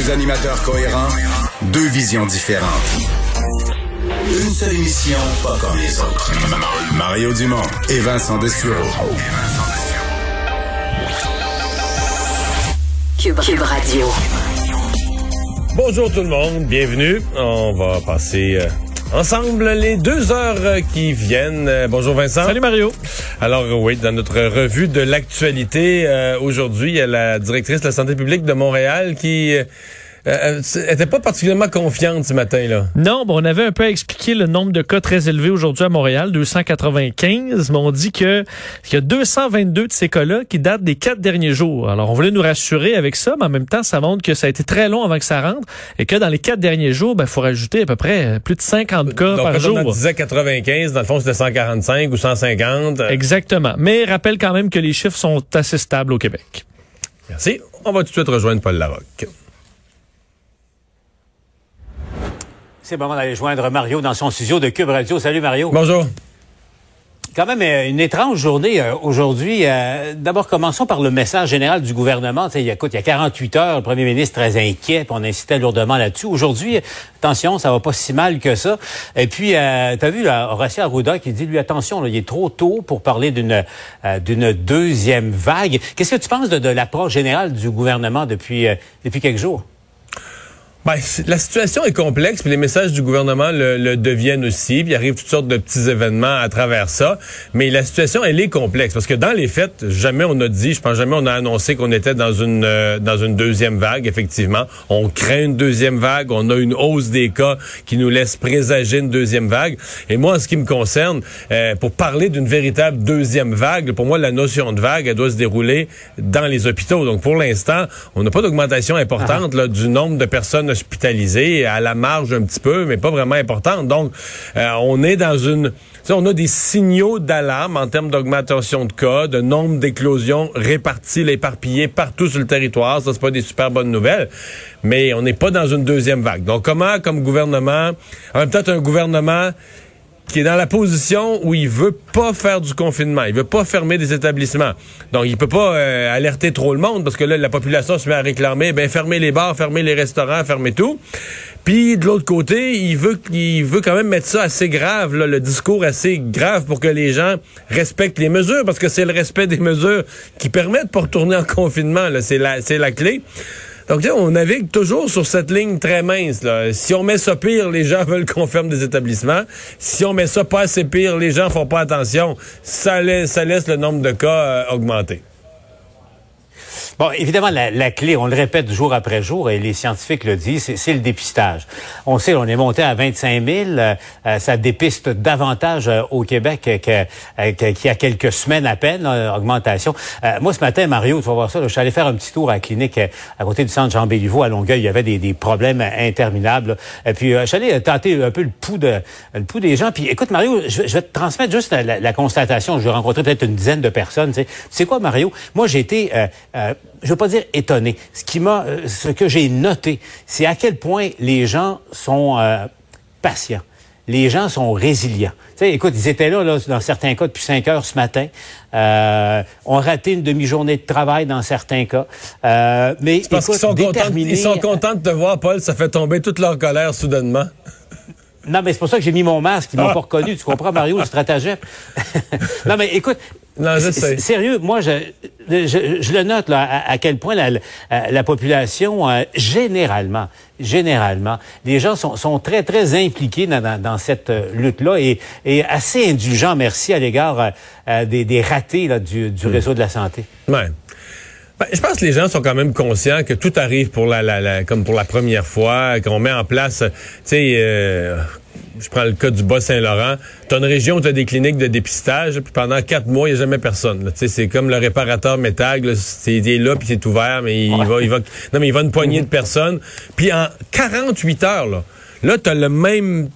Deux animateurs cohérents, deux visions différentes. Une seule émission, pas comme les autres. Mario Dumont et Vincent Dessureau. Cube Radio. Bonjour tout le monde, bienvenue. On va passer ensemble les 2 heures qui viennent. Bonjour Vincent. Salut Mario. Alors oui, dans notre revue de l'actualité, aujourd'hui, il y a la directrice de la santé publique de Montréal qui était pas particulièrement confiante ce matin, là. Non, on avait un peu expliqué le nombre de cas très élevé aujourd'hui à Montréal, 295, mais on dit qu'il y a 222 de ces cas-là qui datent des 4 derniers jours. Alors, on voulait nous rassurer avec ça, mais en même temps, ça montre que ça a été très long avant que ça rentre et que dans les 4 derniers jours, il faut rajouter à peu près plus de 50 cas par jour. Donc, on disait 95, dans le fond, c'était 145 ou 150. Exactement. Mais rappelle quand même que les chiffres sont assez stables au Québec. Merci. On va tout de suite rejoindre Paul Larocque. C'est le moment d'aller joindre Mario dans son studio de Cube Radio. Salut Mario. Bonjour. Quand même une étrange journée aujourd'hui. D'abord, commençons par le message général du gouvernement. Il y a 48 heures, le premier ministre très inquiet, puis on insistait lourdement là-dessus. Aujourd'hui, attention, ça va pas si mal que ça. Et puis, t'as vu Horacio Arruda qui dit, lui, attention, là, il est trop tôt pour parler d'une deuxième vague. Qu'est-ce que tu penses de l'approche générale du gouvernement depuis quelques jours? Ben, la situation est complexe, puis les messages du gouvernement le deviennent aussi, puis il arrive toutes sortes de petits événements à travers ça, mais la situation, elle est complexe, parce que dans les faits, jamais on a dit, je pense jamais on a annoncé qu'on était dans une deuxième vague, effectivement. On craint une deuxième vague, on a une hausse des cas qui nous laisse présager une deuxième vague, et moi, en ce qui me concerne, pour parler d'une véritable deuxième vague, pour moi, la notion de vague, elle doit se dérouler dans les hôpitaux. Donc, pour l'instant, on n'a pas d'augmentation importante là, du nombre de personnes hospitalisés, à la marge un petit peu, mais pas vraiment importante. Donc, on est dans on a des signaux d'alarme en termes d'augmentation de cas, de nombre d'éclosions réparties, éparpillées partout sur le territoire. Ça, c'est pas des super bonnes nouvelles, mais on n'est pas dans une deuxième vague. Donc, comment, comme gouvernement, en même temps, un gouvernement qui est dans la position où il veut pas faire du confinement, il veut pas fermer des établissements. Donc, il peut pas alerter trop le monde, parce que là, la population se met à réclamer, fermer les bars, fermer les restaurants, fermer tout. Puis, de l'autre côté, il veut quand même mettre ça assez grave, là, le discours assez grave pour que les gens respectent les mesures, parce que c'est le respect des mesures qui permettent de pas retourner en confinement, là, c'est la clé. Donc, on navigue toujours sur cette ligne très mince, là. Si on met ça pire, les gens veulent qu'on ferme des établissements. Si on met ça pas assez pire, les gens font pas attention. Ça laisse le nombre de cas augmenter. Bon, évidemment, la clé, on le répète jour après jour, et les scientifiques le disent, c'est le dépistage. On sait, on est monté à 25 000, ça dépiste davantage au Québec qu'il y a quelques semaines à peine, là, augmentation. Moi, ce matin, Mario, tu vas voir ça, là, je suis allé faire un petit tour à la clinique à côté du centre Jean-Béliveau à Longueuil. Il y avait des problèmes interminables. Et puis, je suis allé tenter un peu le pouls des gens. Puis, écoute, Mario, je vais te transmettre juste la constatation. Je vais rencontrer peut-être une dizaine de personnes. Tu sais. C'est quoi, Mario? Moi, j'ai été... je veux pas dire étonné. Ce que j'ai noté, c'est à quel point les gens sont patients. Les gens sont résilients. Tu sais, écoute, ils étaient là, dans certains cas, depuis 5 heures ce matin. Ont raté une demi-journée de travail dans certains cas. Mais c'est parce qu'ils sont contents de te voir, Paul. Ça fait tomber toute leur colère soudainement. Non, mais c'est pour ça que j'ai mis mon masque. Ils m'ont pas reconnu. Tu comprends, Mario, le stratagème? Non, mais écoute, non, je sais. Sérieux, moi, je le note, là, à quel point la population, généralement, les gens sont très, très impliqués dans cette lutte-là et assez indulgents, merci, à l'égard des ratés là, du réseau de la santé. Ouais. Je pense que les gens sont quand même conscients que tout arrive comme pour la première fois, qu'on met en place, tu sais, je prends le cas du Bas-Saint-Laurent, t'as une région où t'as des cliniques de dépistage, puis pendant 4 mois, il n'y a jamais personne. Tu sais, c'est comme le réparateur métag, là, il est là, puis c'est ouvert, mais il va une poignée de personnes. Puis en 48 heures, là, t'as le même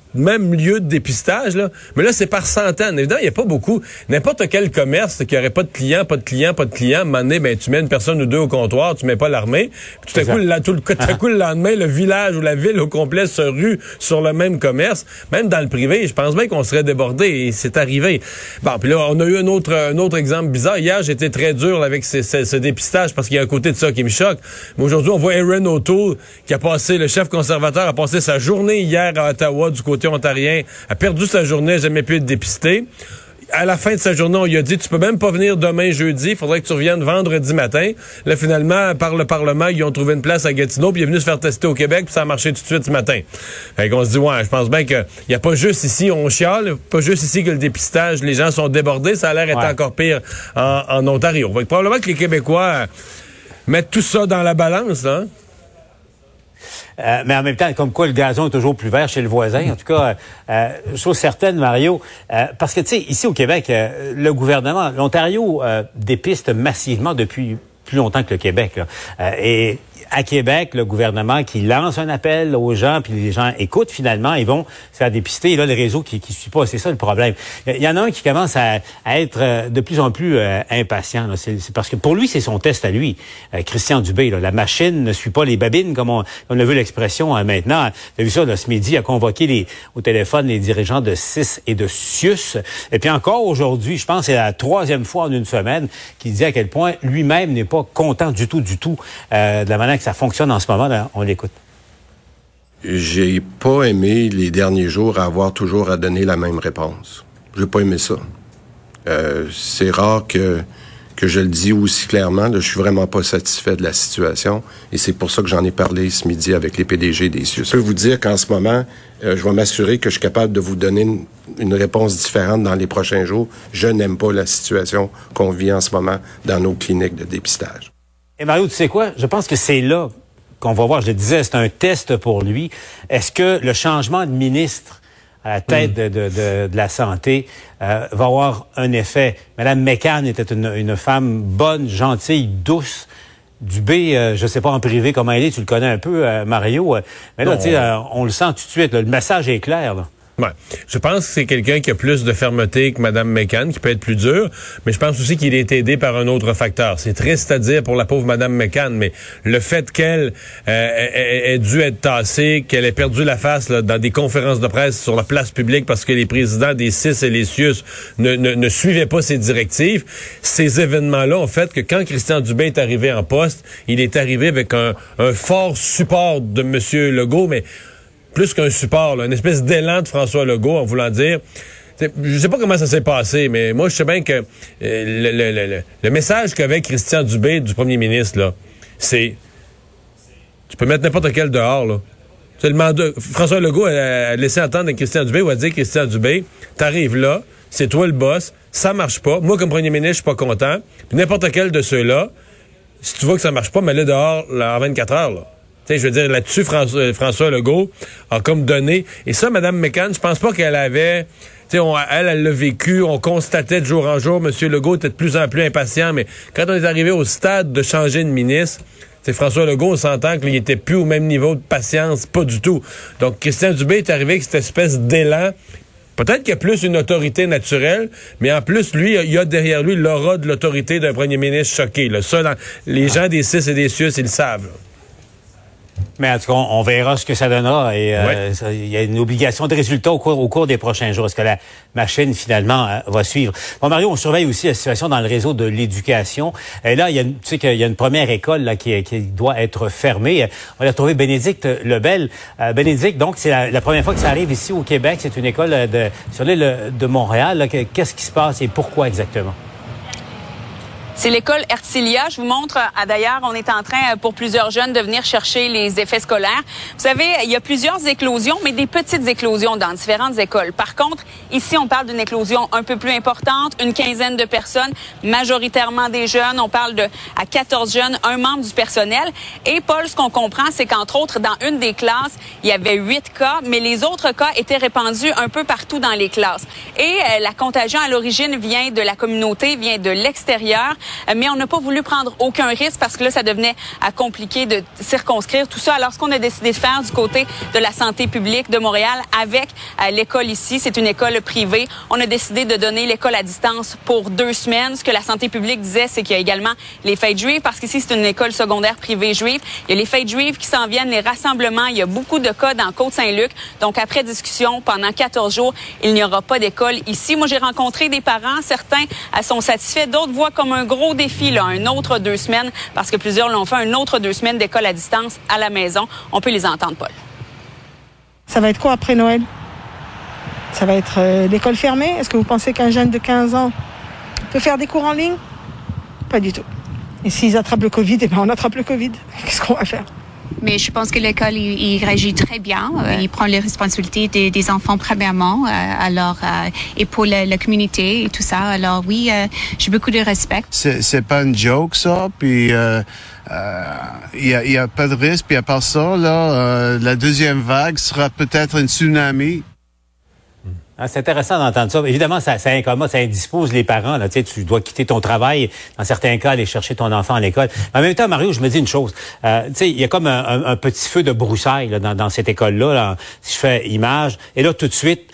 même lieu de dépistage, là. Mais là, c'est par centaines. Évidemment, il n'y a pas beaucoup. N'importe quel commerce qui n'aurait pas de clients, à un moment donné, ben, tu mets une personne ou deux au comptoir, tu mets pas l'armée. Puis tout à coup, le lendemain, le village ou la ville au complet se rue sur le même commerce. Même dans le privé, je pense bien qu'on serait débordé et c'est arrivé. Bon, puis là, on a eu un autre exemple bizarre. Hier, j'étais très dur là, avec ce dépistage parce qu'il y a un côté de ça qui me choque. Mais aujourd'hui, on voit Erin O'Toole le chef conservateur a passé sa journée hier à Ottawa du côté ontarien, a perdu sa journée, n'a jamais pu être dépisté. À la fin de sa journée, on lui a dit, tu peux même pas venir demain jeudi, il faudrait que tu reviennes vendredi matin. Là, finalement, par le Parlement, ils ont trouvé une place à Gatineau, puis il est venu se faire tester au Québec, puis ça a marché tout de suite ce matin. Fait qu'on se dit, ouais, je pense bien qu'il n'y a pas juste ici, on chiale, pas juste ici que le dépistage, les gens sont débordés, ça a l'air d'être encore pire en Ontario. Fait que probablement que les Québécois mettent tout ça dans la balance, hein. Mais en même temps, comme quoi le gazon est toujours plus vert chez le voisin. En tout cas, chose certaine, Mario, parce que, tu sais, ici au Québec, le gouvernement, l'Ontario dépiste massivement depuis plus longtemps que le Québec. Là. Et à Québec, le gouvernement qui lance un appel aux gens, puis les gens écoutent finalement, ils vont se faire dépister. Et là, le réseau qui suit pas, c'est ça le problème. Il y en a un qui commence à être de plus en plus impatient. Là. C'est parce que pour lui, c'est son test à lui. Christian Dubé, là, la machine ne suit pas les babines, comme on a vu l'expression maintenant. Tu as vu ça là, ce midi, il a convoqué au téléphone les dirigeants de CIS et de CIUS. Et puis encore aujourd'hui, je pense que c'est la 3e fois en une semaine qu'il dit à quel point lui-même n'est pas content du tout de la manière que ça fonctionne en ce moment. Là, on l'écoute. J'ai pas aimé les derniers jours avoir toujours à donner la même réponse. J'ai pas aimé ça. C'est rare que je le dis aussi clairement. Là, je suis vraiment pas satisfait de la situation et c'est pour ça que j'en ai parlé ce midi avec les PDG des CIUS. Je peux vous dire qu'en ce moment, je vais m'assurer que je suis capable de vous donner une réponse différente dans les prochains jours. Je n'aime pas la situation qu'on vit en ce moment dans nos cliniques de dépistage. Et Mario, tu sais quoi? Je pense que c'est là qu'on va voir. Je le disais, c'est un test pour lui. Est-ce que le changement de ministre à la tête de la santé va avoir un effet? Madame McCann était une femme bonne, gentille, douce. Dubé, je sais pas en privé comment elle est, tu le connais un peu, Mario. Mais là, tu sais, on le sent tout de suite. Là, le message est clair, là. Ouais. Je pense que c'est quelqu'un qui a plus de fermeté que Mme McCann, qui peut être plus dur, mais je pense aussi qu'il est aidé par un autre facteur. C'est triste à dire pour la pauvre Mme McCann, mais le fait qu'elle ait dû être tassée, qu'elle ait perdu la face là, dans des conférences de presse sur la place publique parce que les présidents des CIS et les CIUS ne suivaient pas ses directives, ces événements-là ont fait que quand Christian Dubé est arrivé en poste, il est arrivé avec un fort support de M. Legault, mais plus qu'un support, là, une espèce d'élan de François Legault en voulant dire... Je sais pas comment ça s'est passé, mais moi, je sais bien que le message qu'avait Christian Dubé du premier ministre, là, c'est... Tu peux mettre n'importe quel dehors, là. C'est le mandat... François Legault a laissé entendre à Christian Dubé, ou a dit Christian Dubé, t'arrives là, c'est toi le boss, ça marche pas. Moi, comme premier ministre, je suis pas content. Puis n'importe quel de ceux-là, si tu vois que ça marche pas, mets-le dehors là, en 24 heures, là. T'sais, je veux dire, là-dessus, François Legault a comme donné... Et ça, Mme McCann, je pense pas qu'elle avait... Elle l'a vécu, on constatait de jour en jour, M. Legault était de plus en plus impatient, mais quand on est arrivé au stade de changer de ministre, François Legault, on s'entend qu'il n'était plus au même niveau de patience, pas du tout. Donc, Christian Dubé est arrivé avec cette espèce d'élan. Peut-être qu'il y a plus une autorité naturelle, mais en plus, lui, il y a derrière lui l'aura de l'autorité d'un premier ministre choqué. Là. Ça, les gens des CIS et des CIUS, ils le savent. Là. Mais en tout cas, on verra ce que ça donnera. Et il y a une obligation de résultat au cours des prochains jours. Est-ce que la machine, finalement, va suivre? Bon, Mario, on surveille aussi la situation dans le réseau de l'éducation. Et là, tu sais qu'il y a une première école là, qui doit être fermée. On a trouvé Bénédicte Lebel. Bénédicte, donc, c'est la première fois que ça arrive ici au Québec. C'est une école sur l'île de Montréal. Là. Qu'est-ce qui se passe et pourquoi exactement? C'est l'école Hertilia. Je vous montre, d'ailleurs, on est en train, pour plusieurs jeunes, de venir chercher les effets scolaires. Vous savez, il y a plusieurs éclosions, mais des petites éclosions dans différentes écoles. Par contre, ici, on parle d'une éclosion un peu plus importante, une quinzaine de personnes, majoritairement des jeunes. On parle à 14 jeunes, un membre du personnel. Et Paul, ce qu'on comprend, c'est qu'entre autres, dans une des classes, il y avait 8 cas, mais les autres cas étaient répandus un peu partout dans les classes. Et la contagion, à l'origine, vient de la communauté, vient de l'extérieur. mais on n'a pas voulu prendre aucun risque parce que là, ça devenait compliqué de circonscrire tout ça. Alors, ce qu'on a décidé de faire du côté de la santé publique de Montréal avec l'école ici, c'est une école privée, on a décidé de donner l'école à distance pour 2 semaines. Ce que la santé publique disait, c'est qu'il y a également les fêtes juives, parce qu'ici, c'est une école secondaire privée juive. Il y a les fêtes juives qui s'en viennent, les rassemblements. Il y a beaucoup de cas dans Côte-Saint-Luc. Donc, après discussion, pendant 14 jours, il n'y aura pas d'école ici. Moi, j'ai rencontré des parents. Certains sont satisfaits. D'autres voient comme un gros défi, là, un autre 2 semaines, parce que plusieurs l'ont fait, un autre 2 semaines d'école à distance à la maison. On peut les entendre, Paul. Ça va être quoi après Noël? Ça va être l'école fermée? Est-ce que vous pensez qu'un jeune de 15 ans peut faire des cours en ligne? Pas du tout. Et s'ils attrapent le COVID, eh bien on attrape le Covid. Qu'est-ce qu'on va faire? Mais je pense que l'école, il réagit très bien. Il prend les responsabilités des enfants premièrement, et pour la communauté et tout ça. Alors oui, j'ai beaucoup de respect. C'est pas une joke ça. Puis il y a pas de risque. Puis à part ça, là, la deuxième vague sera peut-être un tsunami. C'est intéressant d'entendre ça. Évidemment, ça incommode, ça indispose les parents. Là, tu dois quitter ton travail, dans certains cas, aller chercher ton enfant à l'école. Mais en même temps, Mario, je me dis une chose. Il y a comme un petit feu de broussailles là, dans cette école-là, là, si je fais image. Et là, tout de suite,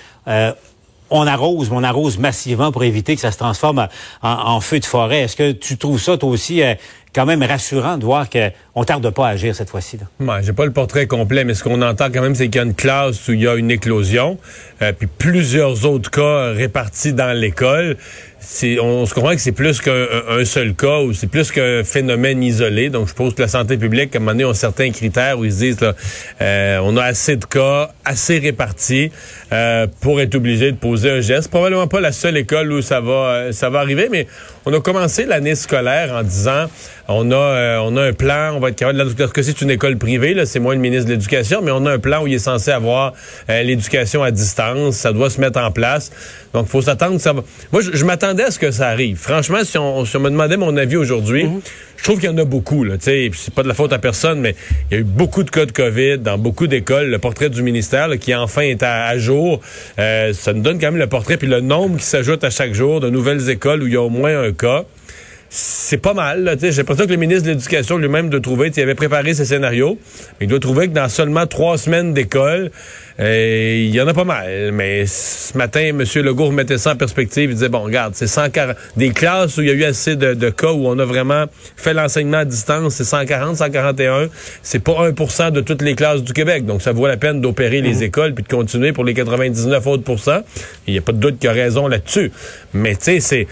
on arrose massivement pour éviter que ça se transforme en feu de forêt. Est-ce que tu trouves ça, toi aussi, quand même rassurant de voir qu'on tarde pas à agir cette fois-ci? Ouais, j'ai pas le portrait complet, mais ce qu'on entend quand même, c'est qu'il y a une classe où il y a une éclosion, puis plusieurs autres cas répartis dans l'école. On se comprend que c'est plus qu'un seul cas ou c'est plus qu'un phénomène isolé. Donc, je suppose que la santé publique, à un moment donné, ont certains critères où ils se disent, là, on a assez de cas, assez répartis pour être obligé de poser un geste. Probablement pas la seule école où ça va arriver, mais on a commencé l'année scolaire en disant, on a un plan, on va être capable, parce que c'est une école privée, là, c'est moi le ministre de l'Éducation, mais on a un plan où il est censé avoir l'éducation à distance, ça doit se mettre en place. Donc, il faut s'attendre que ça va. Moi, je m'attendais à ce que ça arrive. Franchement, si on me demandait mon avis aujourd'hui, je trouve qu'il y en a beaucoup, là, tu sais, c'est pas de la faute à personne, mais il y a eu beaucoup de cas de COVID dans beaucoup d'écoles. Le portrait du ministère, là, qui enfin est à jour, ça nous donne quand même le portrait, puis le nombre qui s'ajoute à chaque jour de nouvelles écoles où il y a au moins un cas. C'est pas mal, là, j'ai l'impression que le ministre de l'Éducation lui-même doit trouver, il avait préparé ses scénarios, mais il doit trouver que dans seulement 3 semaines d'école, il y en a pas mal. Mais ce matin, M. Legault remettait ça en perspective, il disait, bon, regarde, c'est 140, des classes où il y a eu assez de cas où on a vraiment fait l'enseignement à distance, c'est 140, 141, c'est pas 1% de toutes les classes du Québec, donc ça vaut la peine d'opérer les écoles puis de continuer pour les 99 autres %. Il n'y a pas de doute qu'il y a raison là-dessus. Mais tu sais,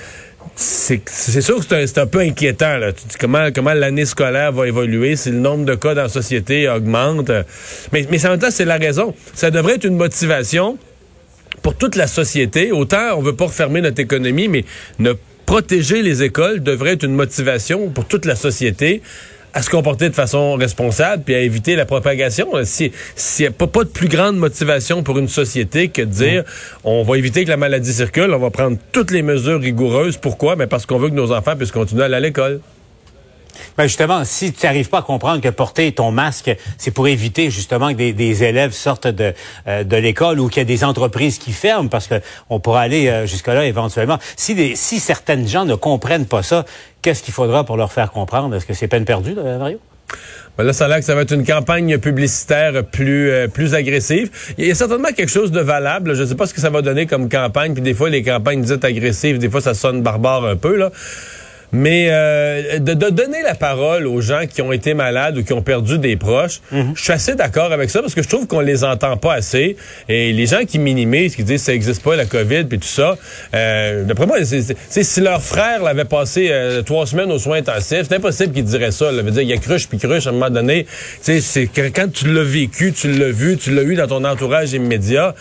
c'est sûr que c'est un peu inquiétant, là. Tu dis comment l'année scolaire va évoluer si le nombre de cas dans la société augmente. Mais en même temps, c'est la raison. Ça devrait être une motivation pour toute la société. Autant on veut pas refermer notre économie, mais protéger les écoles devrait être une motivation pour toute la société à se comporter de façon responsable puis à éviter la propagation. S'il n'y a pas de plus grande motivation pour une société que de dire on va éviter que la maladie circule, on va prendre toutes les mesures rigoureuses. Pourquoi? Ben parce qu'on veut que nos enfants puissent continuer à aller à l'école. Ben justement, si tu n'arrives pas à comprendre que porter ton masque, c'est pour éviter justement que des élèves sortent de l'école ou qu'il y a des entreprises qui ferment, parce que on pourra aller jusque-là éventuellement. Si certaines gens ne comprennent pas ça, qu'est-ce qu'il faudra pour leur faire comprendre? Est-ce que c'est peine perdue, là, Mario? Ben là, ça a l'air que ça va être une campagne publicitaire plus agressive. Il y a certainement quelque chose de valable. Je ne sais pas ce que ça va donner comme campagne. Puis des fois, les campagnes dites agressives, des fois, ça sonne barbare un peu, là. Mais de donner la parole aux gens qui ont été malades ou qui ont perdu des proches, je suis assez d'accord avec ça parce que je trouve qu'on les entend pas assez. Et les gens qui minimisent, qui disent que ça n'existe pas la COVID puis tout ça, d'après moi, si leur frère l'avait passé 3 semaines aux soins intensifs, c'est impossible qu'ils diraient ça. Ça veut dire il y a cruche puis cruche à un moment donné. C'est quand tu l'as vécu, tu l'as vu, tu l'as eu dans ton entourage immédiat.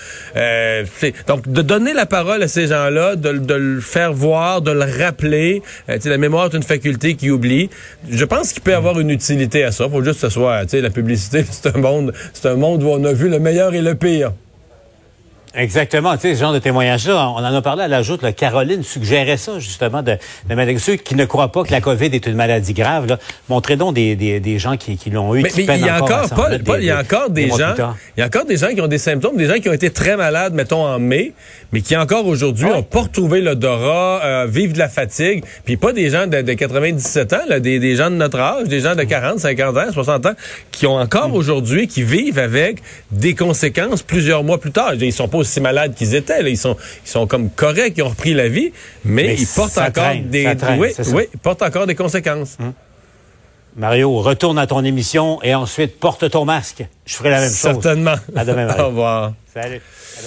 Donc de donner la parole à ces gens-là, de le faire voir, de le rappeler. La mémoire est une faculté qui oublie. Je pense qu'il peut y avoir une utilité à ça. Faut juste que ce soit, la publicité, c'est un monde où on a vu le meilleur et le pire. Exactement. Tu sais, ce genre de témoignage-là, on en a parlé à la joute. Caroline suggérait ça, justement, de ceux qui ne croient pas que la COVID est une maladie grave. Là, montrez donc des gens qui l'ont eu, qui peinent encore. Il y a encore des gens qui ont des symptômes, des gens qui ont été très malades, mettons, en mai, mais qui encore aujourd'hui n'ont pas retrouvé l'odorat, vivent de la fatigue. Puis pas des gens de 97 ans, là, des gens de notre âge, des gens de 40, 50 ans, 60 ans, qui ont encore aujourd'hui, qui vivent avec des conséquences plusieurs mois plus tard. Ils sont pas aussi malades qu'ils étaient. Là. Ils sont comme corrects, ils ont repris la vie, mais ils portent encore ils portent encore des conséquences. Mario, retourne à ton émission et ensuite porte ton masque. Je ferai la même chose. Certainement. À demain, Mario. Au revoir. Salut.